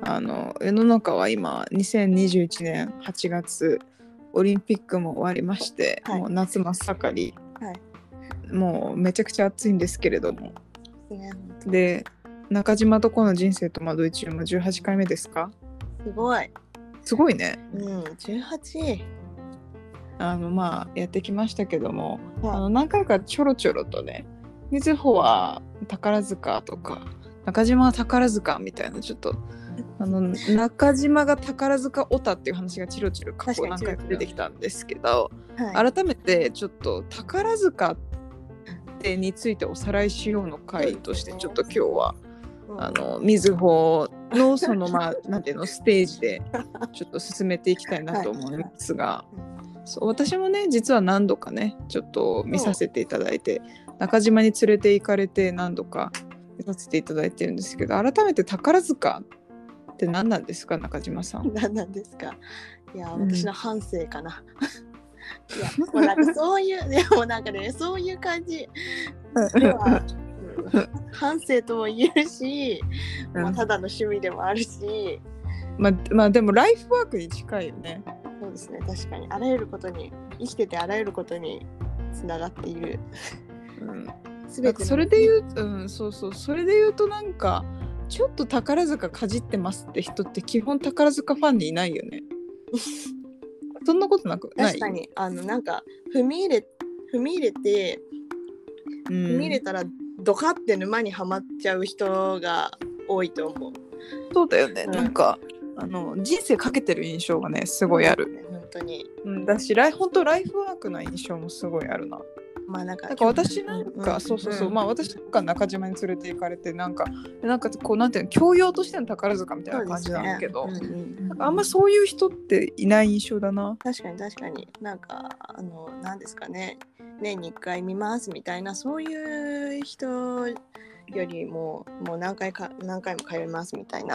世の中は今2021年8月オリンピックも終わりまして、もう夏真っ盛り、もうめちゃくちゃ暑いんですけれども、で中島とこの人生と窓一も18回目ですか？すごいね。 18。 まあやってきましたけども、何回かちょろちょろとね、みずほは宝塚とか中島は宝塚みたいな、ちょっと中島が宝塚オタっていう話がチロチロ過去何回か出てきたんですけど、改めてちょっと宝塚についておさらいしようの回として、ちょっと今日はみずほのそのなんていうのステージでちょっと進めていきたいなと思いますが、そう私もね実は何度かねちょっと見させていただいて、中島に連れて行かれて何度か見させていただいてるんですけど、改めて宝塚って何なんですか、中島さん。 何なんですか。いや、私の反省かな。いや、もうなんかそういうでもなんかね、そういう感じでは、反省とも言えるし、ただの趣味でもあるし、 まあでもライフワークに近いよね。 そうですね、確かにあらゆることに、生きててあらゆることにつながっている。 全てそれで言う、それで言うとなんかちょっと宝塚かじってますって人って基本宝塚ファンにいないよね。そんなことなくない？ 確かになんか踏み入れて、踏み入れたらドカって沼にはまっちゃう人が多いと思う。 そうだよね、なんか人生かけてる印象がねすごいある、 本当に。 だし本当ライフワークな印象もすごいあるな。なんか私なんか、私なんか中島に連れて行かれてなんかこうなんていうの、教養としての宝塚みたいな感じなんだけど、なんかあんまそういう人っていない印象だな。 確かになんかなんですかね、年に1回見ますみたいな、そういう人よりももう何回も通いますみたいな、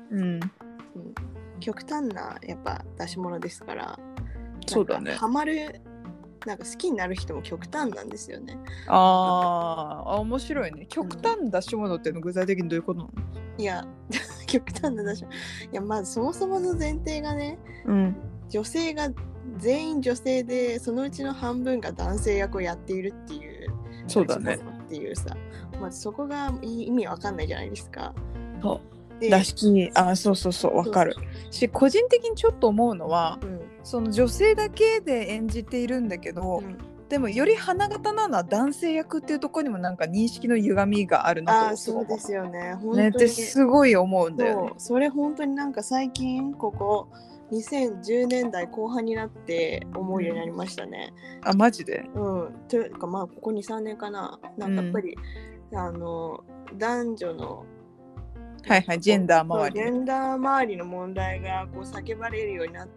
極端なやっぱ出し物ですから、 そうだね、 ハマる、なんか好きになる人も極端なんですよね。 面白いね。極端な出し物っての具体的にどういうことなの？ いや極端な出し物、いやまずそもそもの前提がね、女性が全員女性で、そのうちの半分が男性役をやっているっていう、 そうだねっていうさ、まずそこが意味わかんないじゃないですか。 だし、そうわかるし、個人的にちょっと思うのは、その女性だけで演じているんだけど、でもより花形なのは男性役っていうところにもなんか認識の歪みがあるなと。 そうですよね、本当にねってすごい思うんだよね。 それ本当になんか最近ここ2010年代後半になって思うようになりましたね。 マジで？ というかここ 2,3 年かな。なんかやっぱり、男女のジェンダー周りの問題がこう叫ばれるようになって、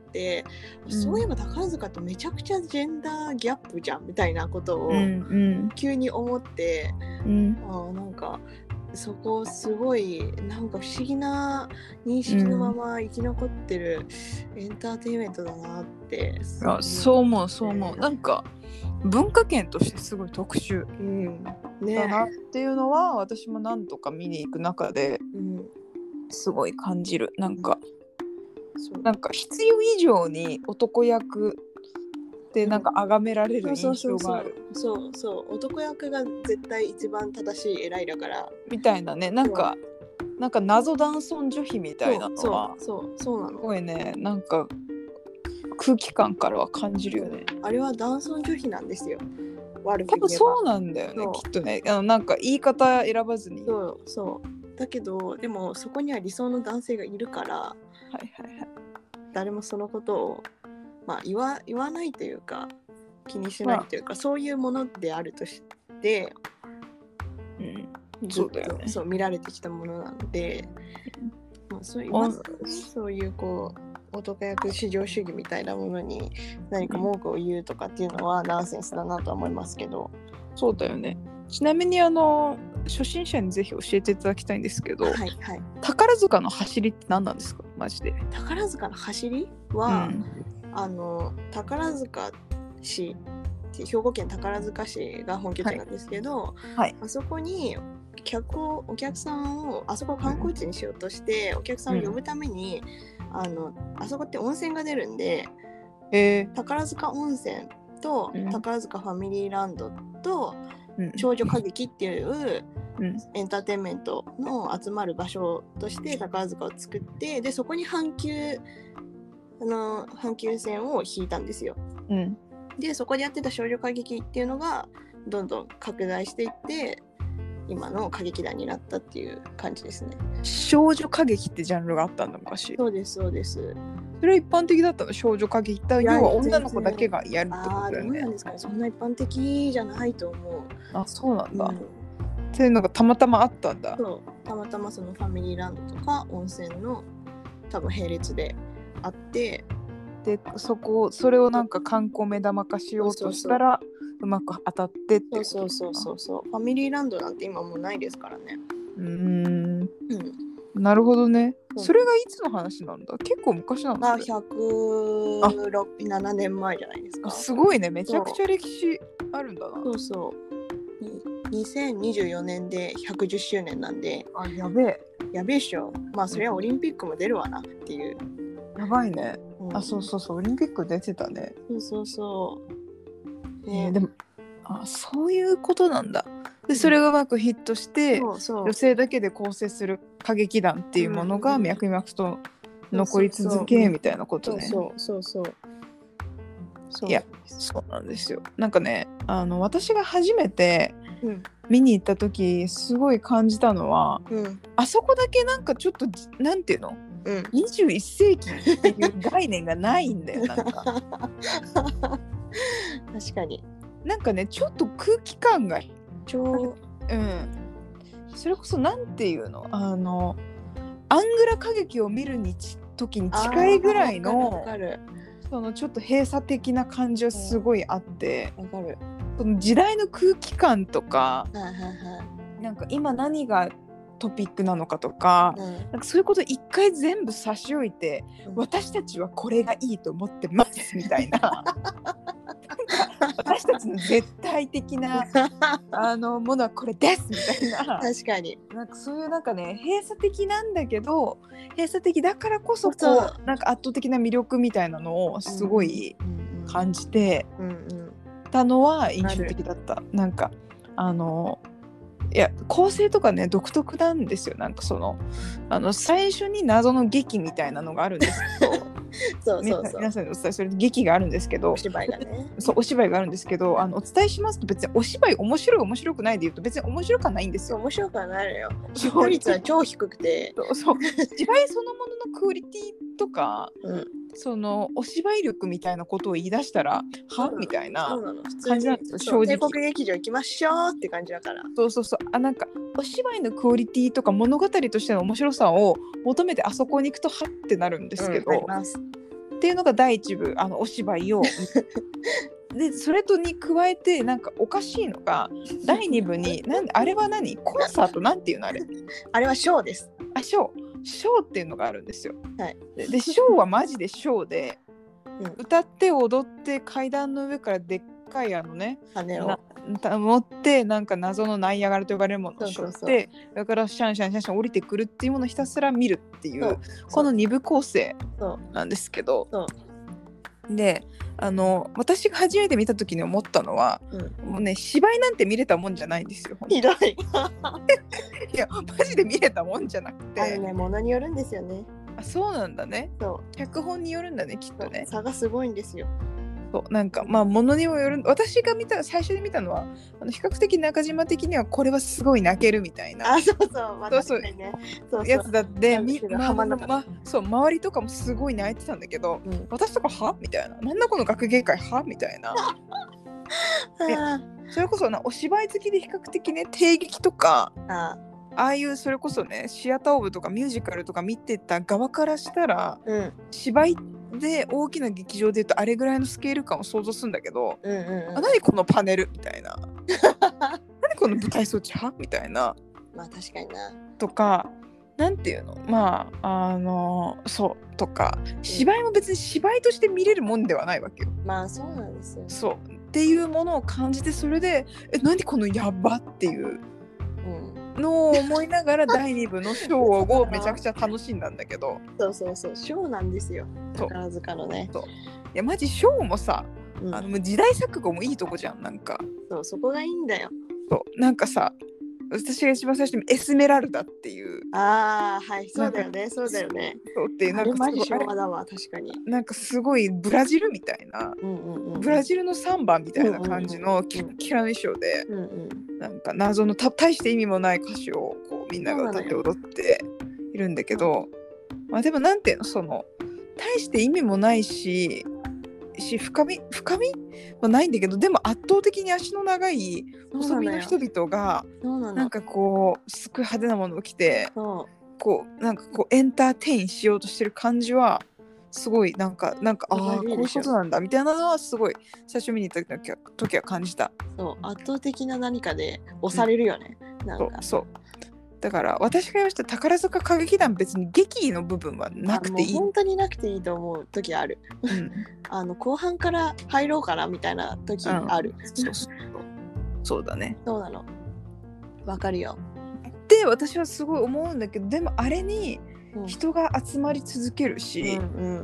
そういえば宝塚ってめちゃくちゃジェンダーギャップじゃんみたいなことを急に思って、なんかそこすごいなんか不思議な認識のまま生き残ってるエンターテインメントだなって。 そう思う。なんか文化圏としてすごい特殊だなっていうのは、私も何度か見に行く中ですごい感じる。なんか必要以上に男役でなんか崇められる印象がある。 そう男役が絶対一番正しい偉いだからみたいなね。なんか謎男尊女卑みたいなのはそうなの。 すごいね、なんか空気感からは感じるよね。 あれは男尊女卑なんですよ。 多分そうなんだよね、きっとね。なんか言い方選ばずに。 そうだけど、でもそこには理想の男性がいるから、誰もそのことを言わないというか気にしないというか、そういうものであるとして、 そうだよね。 見られてきたものなので、そういうこう男役至上主義みたいなものに何か文句を言うとかっていうのはナンセンスだなとは思いますけど。 そうだよね。ちなみに初心者にぜひ教えていただきたいんですけど、宝塚の走りって何なんですか、マジで。 宝塚の走りは、宝塚市、兵庫県宝塚市が本拠地なんですけど、あそこにお客さんをあそこ観光地にしようとして、お客さんを呼ぶために、あそこって温泉が出るんで、宝塚温泉と宝塚ファミリーランドと少女歌劇っていうエンターテインメントの集まる場所として宝塚を作って、でそこに阪急線を引いたんですよ。でそこでやってた少女歌劇っていうのがどんどん拡大していって今の歌劇団になったっていう感じですね。 少女歌劇ってジャンルがあったんだ昔。 そうですそうです。 それは一般的だったの？少女歌劇って要は女の子だけがやるってことだよね。 どうなんですかね。そんな一般的じゃないと思う。 あ、そうなんだ。そういうのがたまたまあったんだ。 そう、たまたまそのファミリーランドとか温泉の多分並列であって、 でそれをなんか観光目玉化しようとしたらうまく当たってってこと。 そうファミリーランドなんて今もうないですからね。 なるほどね。それがいつの話なんだ？結構昔なんだ。 107年前じゃないですか。 すごいね。めちゃくちゃ歴史あるんだな。 2024年で110周年なんで。 やべえっしょ。まあそれはオリンピックも出るわなっていう。 やばいね。そうオリンピック出てたね。でもそういうことなんだ。でそれがうまくヒットして、女性だけで構成する歌劇団っていうものが脈々と残り続けみたいなことね。いや、そうなんですよ。なんかね、私が初めて見に行った時すごい感じたのは、あそこだけなんかちょっとなんていうの、21世紀っていう概念がないんだよ。なんか確かになんかね、ちょっと空気感がそれこそなんていうの、アングラ歌劇を見る時に近いぐらいのそのちょっと閉鎖的な感じはすごいあって、その時代の空気感とか、なんか今何がトピックなのかとか、なんかそういうこと一回全部差し置いて、私たちはこれがいいと思ってますみたいな私たちの絶対的なものはこれですみたいな。 確かになんかそういうなんかね、閉鎖的なんだけど閉鎖的だからこそなんか圧倒的な魅力みたいなのをすごい感じてたのは印象的だった。なんかいや構成とかね独特なんですよ。なんか最初に謎の劇みたいなのがあるんですけど皆さんにお伝えする劇があるんですけど、 お芝居がねお芝居があるんですけど、お伝えしますと別にお芝居面白くないで言うと別に面白くはないんですよ。 面白くはないのよ。視聴率は超低くて芝居そのもののクオリティとか、そのお芝居力みたいなことを言い出したらみたいな感じなんですよ。正直帝国劇場行きましょうって感じだから。 なんかお芝居のクオリティとか物語としての面白さを求めてあそこに行くとはってなるんですけど、っていうのが第一部お芝居をでそれとに加えてなんかおかしいのが第二部にあれは何コンサートなんていうのあれはショーです。 ショーっていうのがあるんですよ。でショーはマジでショーで、歌って踊って階段の上からでっかい羽を持ってなんか謎のナイアガラと呼ばれるものを背負ってだからシャンシャン降りてくるっていうものをひたすら見るっていうこの2部構成なんですけど、で私が初めて見た時に思ったのは、もうね芝居なんて見れたもんじゃないんですよ。 ひどいいやマジで見れたもんじゃなくて、 ものによるんですよね。 そうなんだね。脚本によるんだねきっとね。 差がすごいんですよ。 なんかまあものにもよる。私が最初に見たのは比較的中島的にはこれはすごい泣けるみたいなやつだって周りとかもすごい泣いてたんだけど、私とかはみたいな、なんだこの学芸会はみたいなそれこそお芝居好きで比較的ね帝劇とかああいうそれこそねシアターオーブとかミュージカルとか見てた側からしたら、芝居で大きな劇場でいうとあれぐらいのスケール感を想像するんだけど、何このパネルみたいな何この舞台装置みたいな、 まあ確かになとかなんていうのそうとか芝居も別に芝居として見れるもんではないわけよ。 まあそうなんですよ。 っていうものを感じて、それで何このやばっていうのを思いながら第2部のショーをめちゃくちゃ楽しんだんだけどそうショーなんですよ、宝塚のね。 そういやマジショーもさ、もう時代錯誤もいいとこじゃん。なんかそこがいいんだよ。 そうなんかさ、私が一番最初にエスメラルダっていう、 はいそうだよねそうっていう、なんかマジ昭和だわ、確かに。 なんかすごいブラジルみたいな、ブラジルのサンバみたいな感じのキラキラの衣装で、なんか謎の大して意味もない歌詞をこうみんなが歌って踊っているんだけど、まあでもなんていうの、その大して意味もないし深みはないんだけど、でも圧倒的に足の長い細身の人々がなんかこうすごい派手なものを着てこうなんかこうエンターテインしようとしてる感じはすごいなんかああこういうことなんだみたいなのはすごい最初見に行った時は感じた。 そう圧倒的な何かで押されるよね、なんかそうだから私が言いました宝塚歌劇団、別に劇の部分はなくていい。 本当になくていいと思う時ある、後半から入ろうかなみたいな時ある、 そうだね、 そうなの、わかるよ。 で私はすごい思うんだけど、でもあれに人が集まり続けるし、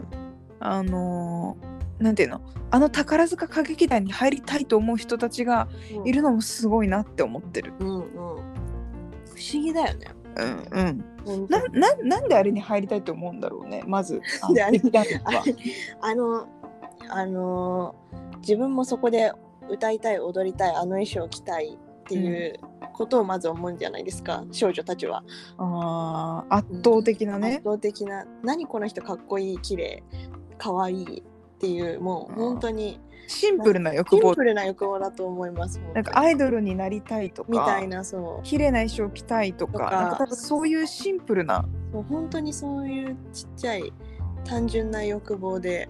なんていうの、宝塚歌劇団に入りたいと思う人たちがいるのもすごいなって思ってる。 不思議だよね。 なんであれに入りたいと思うんだろうね。まず自分もそこで歌いたい踊りたい衣装を着たいっていうことをまず思うんじゃないですか、少女たちは。 圧倒的なね、 圧倒的な、何この人かっこいい綺麗かわいいっていう、もう本当にシンプルな欲望だと思います。 なんかアイドルになりたいとかみたいな、 綺麗な衣装着たいとか、なんか多分そういうシンプルな、 本当にそういうちっちゃい単純な欲望で、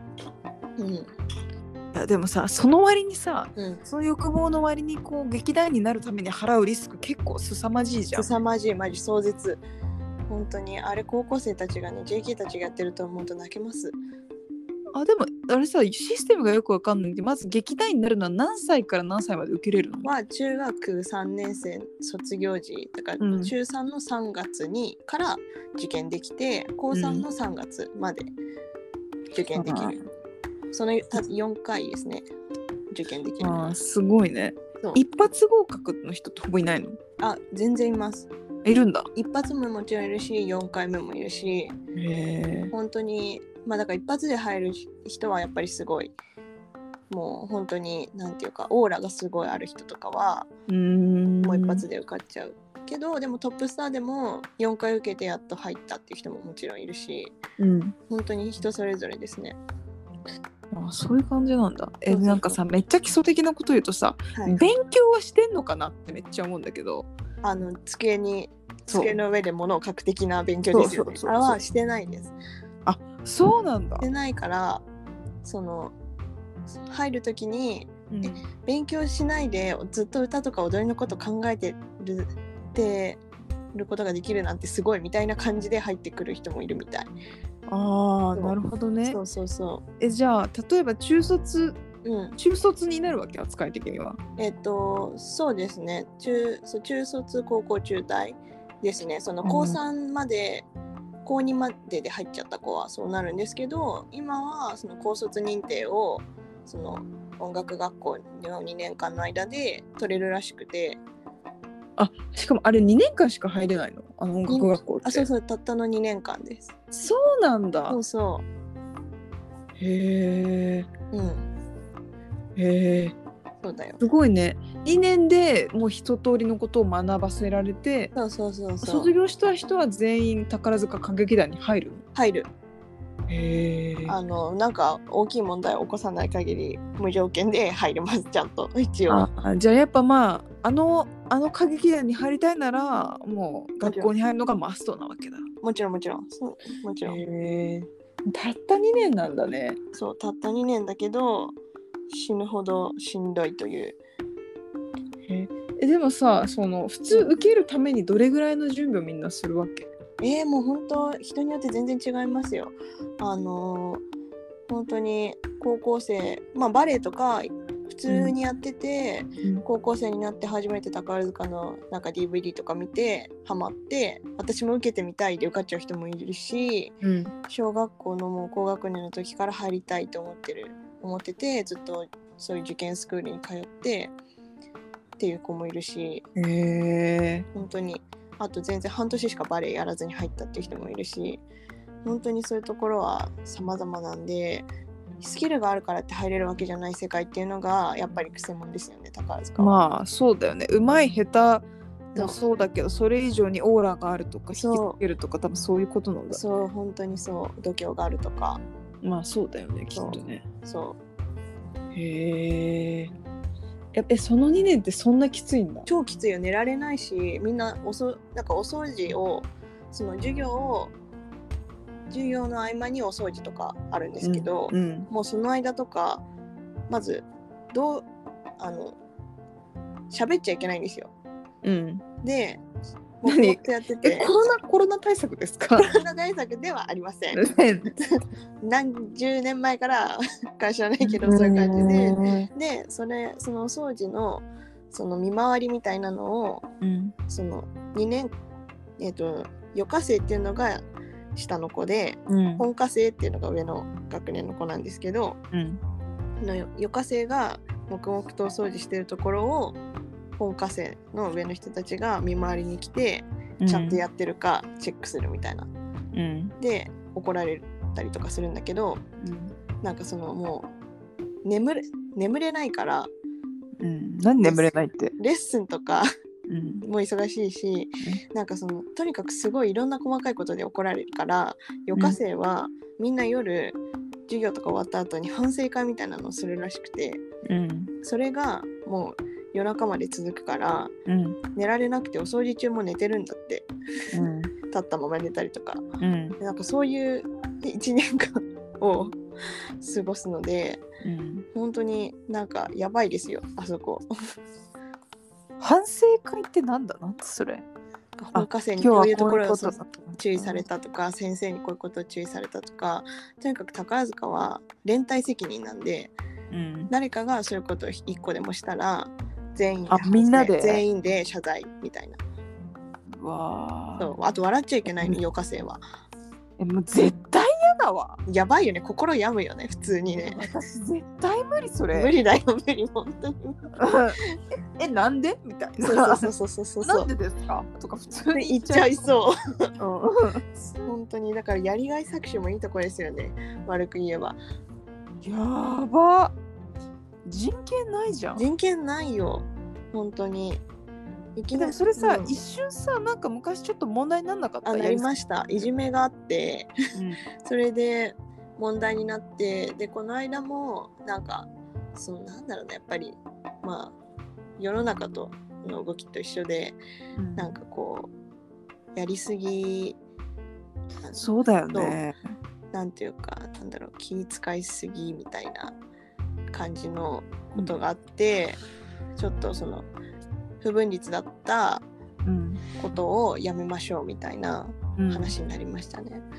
いやでもさ、その割にさ、その欲望の割にこう劇団になるために払うリスク結構凄まじいじゃん。 凄まじい、マジ壮絶。本当にあれ高校生たちがね JK たちがやってると思うと泣けます。 でもあれさ、システムがよくわかんないんで、まず劇団員になるのは何歳から何歳まで受けれるの？ 中学3年生卒業時だから、中3の3月にから受験できて、高3の3月まで受験できる、その4回ですね、受験できる。 すごいね。一発合格の人ってほぼいないの？ 全然います。 いるんだ。 一発目もちろんいるし、4回目もいるし、本当にだから一発で入る人はやっぱりすごい、もう本当になんていうかオーラがすごいある人とかはもう一発で受かっちゃうけど、でもトップスターでも4回受けてやっと入ったっていう人ももちろんいるし、本当に人それぞれですね。 そういう感じなんだ。なんかさ、めっちゃ基礎的なこと言うとさ、勉強はしてんのかなってめっちゃ思うんだけど、 机の上で物を書く的な勉強ですよね。はしてないです。 そうなんだ。 してないから、入る時に、勉強しないでずっと歌とか踊りのこと考えてることができるなんてすごいみたいな感じで入ってくる人もいるみたい。 なるほどね。じゃあ例えば中卒になるわけ、扱い的には。 そうですね、中卒高校中退ですね。その高3まで、高2までで入っちゃった子はそうなるんですけど、今はその高卒認定をその音楽学校の2年間の間で取れるらしくて。 しかもあれ2年間しか入れないの？音楽学校って。 そうたったの2年間です。 そうなんだ。 へえ。そうだよ。 すごいね。2年でもう一通りのことを学ばせられて、卒業した人は全員宝塚歌劇団に入る。へえ。 なんか大きい問題を起こさない限り無条件で入れます、ちゃんと一応。 じゃあやっぱあの歌劇団に入りたいならもう学校に入るのがマストなわけだ。 もちろんもちろん。 たった2年なんだね。 そう、たった2年だけど死ぬほどしんどいという。 でもさ、普通受けるためにどれぐらいの準備をみんなするわけ？ もう本当人によって全然違いますよ。本当に高校生、バレエとか普通にやってて、高校生になって初めて宝塚のなんか DVD とか見てハマって、私も受けてみたいで受かっちゃう人もいるし、小学校のもう高学年の時から入りたいと思ってて、ずっとそういう受験スクールに通ってっていう子もいるし、本当にあと全然半年しかバレエやらずに入ったっていう人もいるし、本当にそういうところは様々なんで、スキルがあるからって入れるわけじゃない世界っていうのがやっぱりクセモンですよね、宝塚は。 まあそうだよね。うまい下手もそうだけど、それ以上にオーラがあるとか引きつけるとか、多分そういうことなんだ。 そう、本当にそう、度胸があるとか。 まあそうだよね、きっとね。 そう。 へえ。その2年ってそんなきついんだ。 超きついよ、寝られないし、みんななんかお掃除を、その授業の合間にお掃除とかあるんですけど、もうその間とかまず喋っちゃいけないんですよ。で、もうやっててコロナ対策ですか？ コロナ対策ではありません。何十年前からか知らないけど、そういう感じで、そのお掃除のその見回りみたいなのを、その2年予科生っていうのが下の子で、本科生っていうのが上の学年の子なんですけど、予科生が黙々とお掃除してるところを本科生の上の人たちが見回りに来て、ちゃんとやってるかチェックするみたいな、で怒られたりとかするんだけど、なんかそのもう眠れないから、 何眠れないって、 レッスンとかもう忙しいし、なんかそのとにかくすごいいろんな細かいことで怒られるから、予科生はみんな夜授業とか終わった後に反省会みたいなのをするらしくて、それがもう夜中まで続くから、寝られなくてお掃除中も寝てるんだって、立ったまま寝たりとか、なんかそういう1年間を過ごすので、本当になんかやばいですよ、あそこ。 反省会ってなんてそれ？ 本科生にこういうところを注意されたとか、先生にこういうことを注意されたとか、とにかく宝塚は連帯責任なんで、誰かがそういうことを1個でもしたら全員で謝罪みたいな。そう、あと笑っちゃいけないの、予科生は。 もう絶対嫌だわ。 やばいよね、心病むよね、普通にね。 私絶対無理、それ。 無理だよ、無理、本当に。 なんでみたいな。そうなんでですかとか普通に言っちゃいそう。本当に、だからやりがい搾取もいいとこですよね、悪く言えば。 やば、人権ないじゃん。 人権ないよ、本当に。 でもそれさ、一瞬さ、なんか昔ちょっと問題にならなかった？ なりました。いじめがあって、それで問題になって、でこの間もなんかなんだろうね、やっぱりまあ世の中との動きと一緒で、なんかこうやりすぎ、 そうだよね。 なんていうか、なんだろう、気遣いすぎみたいな感じのことがあって、ちょっとその不分律だったことをやめましょうみたいな話になりましたね。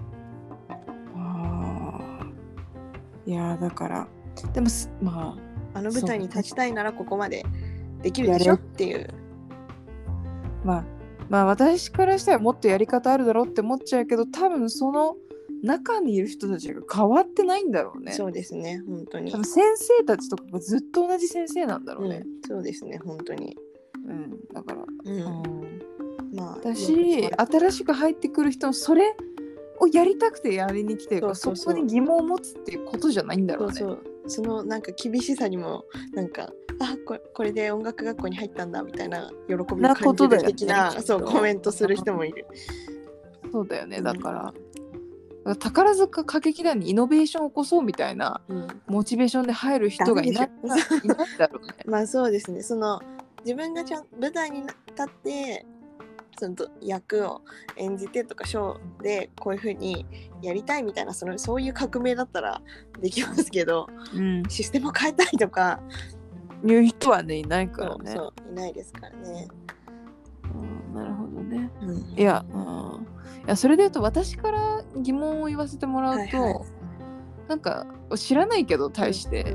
いやだからでもまあの舞台に立ちたいならここまでできるでしょっていう。 まあ私からしたらもっとやり方あるだろうって思っちゃうけど、多分その中にいる人たちが変わってないんだろうね。 そうですね、本当に。 多分先生たちとかがずっと同じ先生なんだろうね。 そうですね、本当に。 だから、 まあ私新しく入ってくる人もそれをやりたくてやりに来てるから、そこに疑問を持つっていうことじゃないんだろうね。 そのなんか厳しさにもなんか、これで音楽学校に入ったんだみたいな喜びを感じる的な、コメントする人もいる。そうだよね。だから宝塚歌劇団にイノベーションを起こそうみたいなモチベーションで入る人がいないだろうね。 まあそうですね。その自分が舞台に立ってその役を演じてとかショーでこういう風にやりたいみたいな、そういう革命だったらできますけど、システムを変えたいとかいう人はねいないからね。 そういないですからね。 なるほどね。いやそれで言うと私から疑問を言わせてもらうと、なんか知らないけど対して、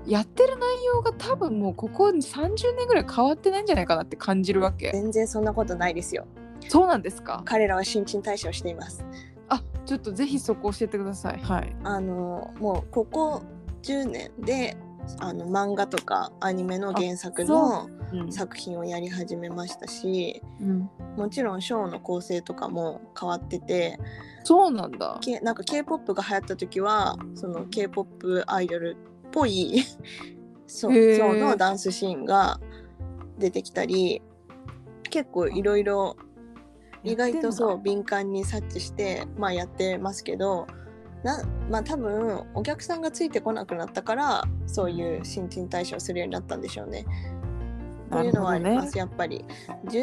やってる内容が多分もうここ30年ぐらい変わってないんじゃないかなって感じるわけ。 全然そんなことないですよ。 そうなんですか？ 彼らは新陳代謝をしています。 ちょっとぜひそこ教えてください。はい。 もうここ10年で漫画とかアニメの原作の作品をやり始めましたし、もちろんショーの構成とかも変わってて。 そうなんだ。 なんか K-POP が流行った時はその K-POP アイドルっぽいショーのダンスシーンが出てきたり、結構いろいろ意外とそう敏感に察知してやってますけど、多分お客さんがついてこなくなったからそういう新陳代謝をするようになったんでしょうね。というのはあります。やっぱり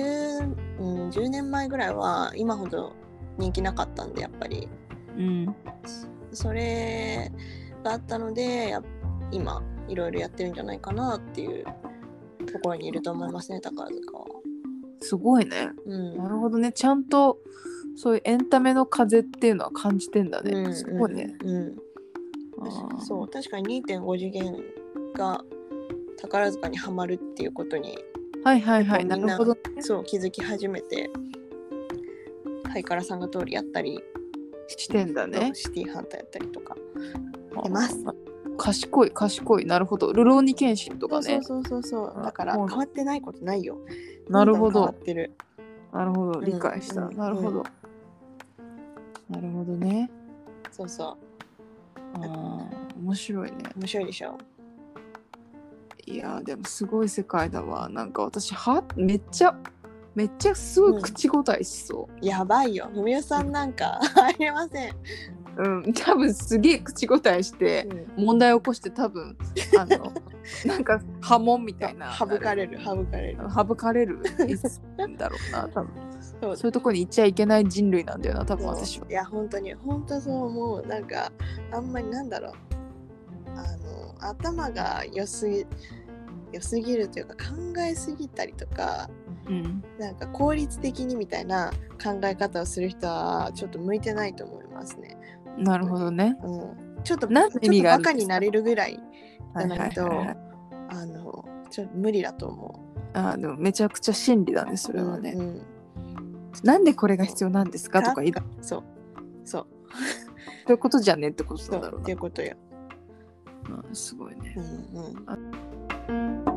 10年前ぐらいは今ほど人気なかったんで、やっぱり、それがあったので今いろいろやってるんじゃないかなっていうところにいると思いますね、宝塚は。すごいね、なるほどね。ちゃんとそういうエンタメの風っていうのは感じてんだね、すごいね。 そう、確かに 2.5 次元が宝塚にはまるっていうことになるほど、 そう気づき始めて、ハイカラさんが通りやったりしてんだね。 シティハンターやったりとかいます。 賢い。なるほど。ルローニケンシンとかね。 そうだから変わってないことないよ。 なるほど。 変わってる。 なるほど、理解した。なるほど。なるほどね。 そう。 面白いね。 面白いでしょ。 いやでもすごい世界だわ。なんか私めっちゃすごい口答えしそう。 やばいよ。ふみおさんなんかありません。 多分すげえ口答えして問題を起こして多分なんか波紋みたいな省かれるんだろうな多分。そういうとこに行っちゃいけない人類なんだよな多分私は。 いや本当そう思う。なんかあんまり頭が良すぎるというか考えすぎたりとか、なんか効率的にみたいな考え方をする人はちょっと向いてないと思いますね。 なるほどね。 ちょっとバカになれるぐらいじゃないとちょっと無理だと思う。でもめちゃくちゃ真理だねそれはね。なんでこれが必要なんですかとか言う。 そうということじゃねってことなんだろうな。 っていうことよ。 すごいね。